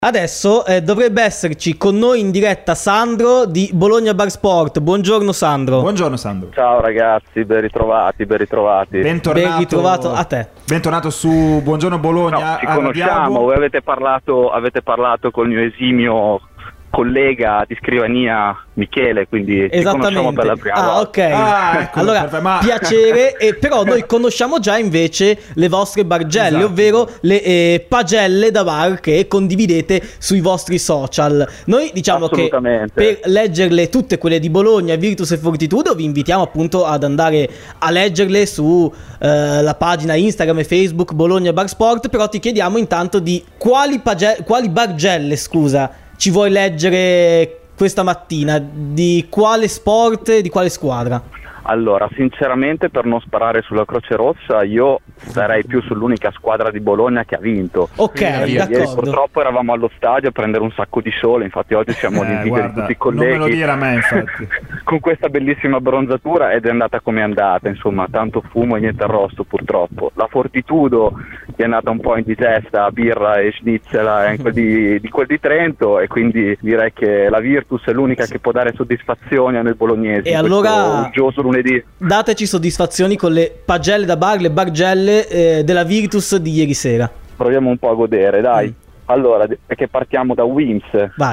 Adesso dovrebbe esserci con noi in diretta Sandro di Bologna Bar Sport. Buongiorno Sandro. Buongiorno Sandro. Ciao ragazzi, ben ritrovati. Bentornato. Ben ritrovato a te. Bentornato su Buongiorno Bologna. No, ci conosciamo, voi avete parlato col mio esimio collega di scrivania Michele, quindi ci conosciamo per la prima volta. Ok. Ecco, allora, piacere, però noi conosciamo già invece le vostre bargelle, esatto, ovvero le pagelle da bar che condividete sui vostri social. Noi diciamo che per leggerle tutte quelle di Bologna, Virtus e Fortitudo vi invitiamo appunto ad andare a leggerle su la pagina Instagram e Facebook Bologna Bar Sport, però ti chiediamo intanto di quali bargelle, scusa, ci vuoi leggere questa mattina? Di quale sport e di quale squadra? Allora, sinceramente, per non sparare sulla Croce Rossa, io sarei più sull'unica squadra di Bologna che ha vinto. Ok, ieri d'accordo. Purtroppo eravamo allo stadio a prendere un sacco di sole, infatti oggi siamo all'invidia di tutti i colleghi. Non me lo dire a me, infatti. Con questa bellissima bronzatura, ed è andata come è andata, insomma, tanto fumo e niente arrosto purtroppo. La Fortitudo è andata un po' in digesta, birra e schnitzel di quel di Trento, e quindi direi che la Virtus è l'unica che può dare soddisfazione a noi bolognesi. E allora uggioso lunedì. Dateci soddisfazioni con le pagelle da bar, le bargelle della Virtus di ieri sera. Proviamo un po' a godere, dai. Allora, perché partiamo da Wims,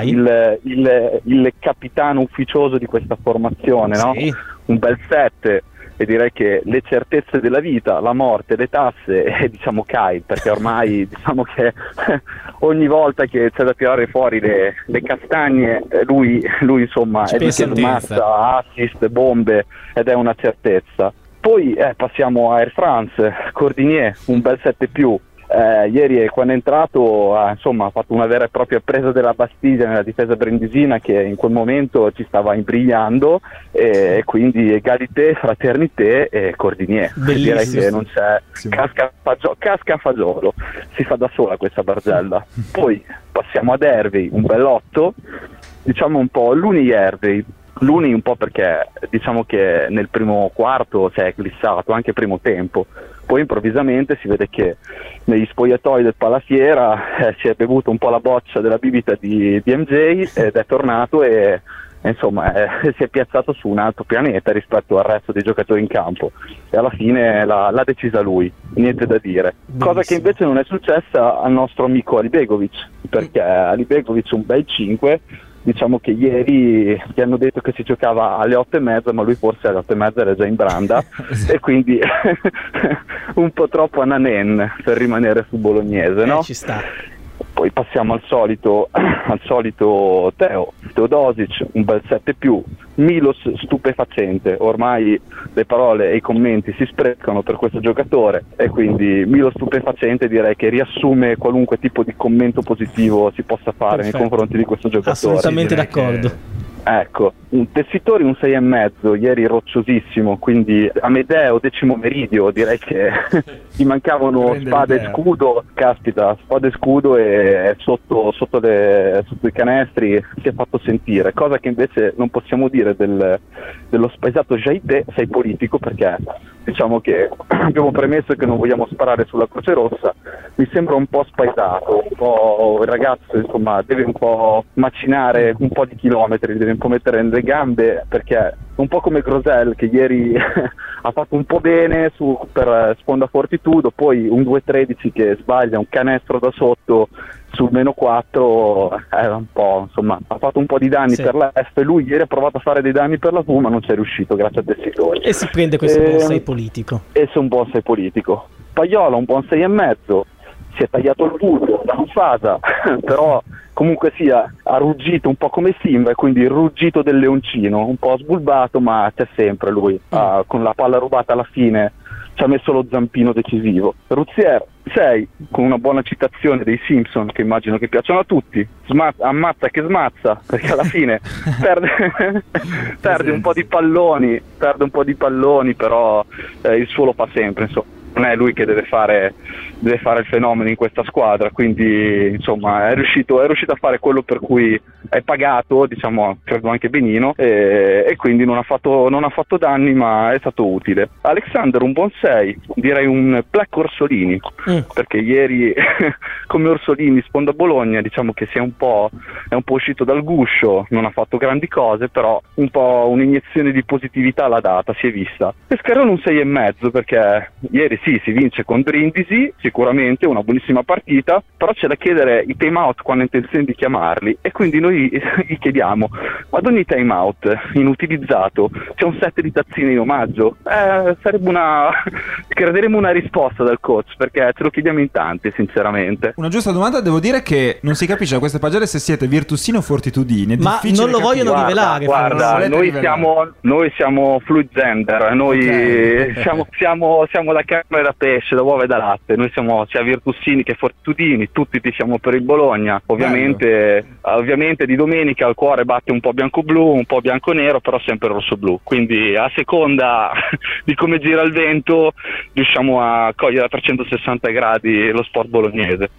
il capitano ufficioso di questa formazione, no? Un bel 7. E direi che le certezze della vita, la morte, le tasse, diciamo Kai, perché ormai diciamo che ogni volta che c'è da tirare fuori le castagne, lui insomma è di che smazza, assist, bombe, ed è una certezza. Poi passiamo a Air France, Cordinier, un bel 7+. Ieri quando è entrato ha fatto una vera e propria presa della Bastiglia nella difesa brindisina, che in quel momento ci stava imbrigliando, e quindi egalité, fraternité e Cordinier. Direi che non c'è casca a fagiolo, si fa da sola questa barzella. Poi passiamo ad Hervey, un bell'otto, diciamo un po' l'Uni Hervey. L'Uni un po' perché diciamo che nel primo quarto si è glissato, anche primo tempo, poi improvvisamente si vede che negli spogliatoi del Palafiera si è bevuto un po' la boccia della bibita di MJ ed è tornato e si è piazzato su un altro pianeta rispetto al resto dei giocatori in campo, e alla fine l'ha decisa lui, niente da dire. Benissimo. Cosa che invece non è successa al nostro amico Alibegovic, perché Alibegovic un bel 5. Diciamo che ieri gli hanno detto che si giocava alle 8:30, ma lui forse alle 8:30 era già in branda e quindi un po' troppo ananen per rimanere su bolognese, no? Ci sta. Poi passiamo al solito Teodosic, un bel 7+, Milos stupefacente, ormai le parole e i commenti si sprecano per questo giocatore, e quindi Milos stupefacente direi che riassume qualunque tipo di commento positivo si possa fare nei confronti di questo giocatore. Assolutamente d'accordo. Ecco, un Tessitori un 6,5, ieri rocciosissimo, quindi Amedeo, decimo meridio, direi che gli mancavano spada e scudo, caspita, spada e scudo, e sotto i canestri si è fatto sentire, cosa che invece non possiamo dire dello spaesato Jaité, sei politico, perché diciamo che abbiamo premesso che non vogliamo sparare sulla Croce Rossa, mi sembra un po' spaesato, un po' il ragazzo insomma deve un po' macinare un po' di chilometri, deve un po' mettere nelle gambe, perché un po' come Grosel che ieri ha fatto un po' bene per sponda Fortitudo, poi un 2-13 che sbaglia un canestro da sotto sul -4, un po', insomma, ha fatto un po' di danni per l'Est, e lui ieri ha provato a fare dei danni per la V, ma non c'è riuscito grazie a Tessitori. E si prende questo buon 6 politico. E un buon 6 politico. Paiola un buon 6,5, si è tagliato il buco da Mufasa, però comunque sia ha ruggito un po' come Simba, e quindi il ruggito del leoncino, un po' sbulbato, ma c'è sempre lui, con la palla rubata alla fine ci ha messo lo zampino decisivo. Ruzier 6, con una buona citazione dei Simpson, che immagino che piacciono a tutti, ammazza che smazza, perché alla fine perde un po' di palloni, però il suo lo fa sempre, insomma. non è lui che deve fare il fenomeno in questa squadra, quindi insomma è riuscito a fare quello per cui è pagato, diciamo, credo anche benino, e quindi non ha fatto danni, ma è stato utile. Alexander un buon 6, direi un Black Orsolini, perché ieri come Orsolini sponda Bologna, diciamo che è un po' uscito dal guscio, non ha fatto grandi cose, però un po' un'iniezione di positività l'ha data, si è vista. Pescarolo un 6,5, perché ieri sì, si vince con Brindisi, sicuramente una buonissima partita, però c'è da chiedere i time out quando ha intenzione di chiamarli, e quindi noi gli chiediamo: ad ogni time out inutilizzato c'è un set di tazzine in omaggio? Crederemo una risposta dal coach, perché ce lo chiediamo in tanti, sinceramente. Una giusta domanda, devo dire che non si capisce da queste pagine se siete virtusini o fortituddini, ma non lo vogliono rivelare. Guarda, noi siamo fluid gender, noi siamo da carne e da pesce, da uova e da latte, noi siamo sia virtusini che fortitudini, tutti tifiamo per il Bologna, ovviamente di domenica il cuore batte un po' bianco-blu, un po' bianco-nero, però sempre rosso-blu, quindi a seconda di come gira il vento riusciamo a cogliere a 360 gradi lo sport bolognese.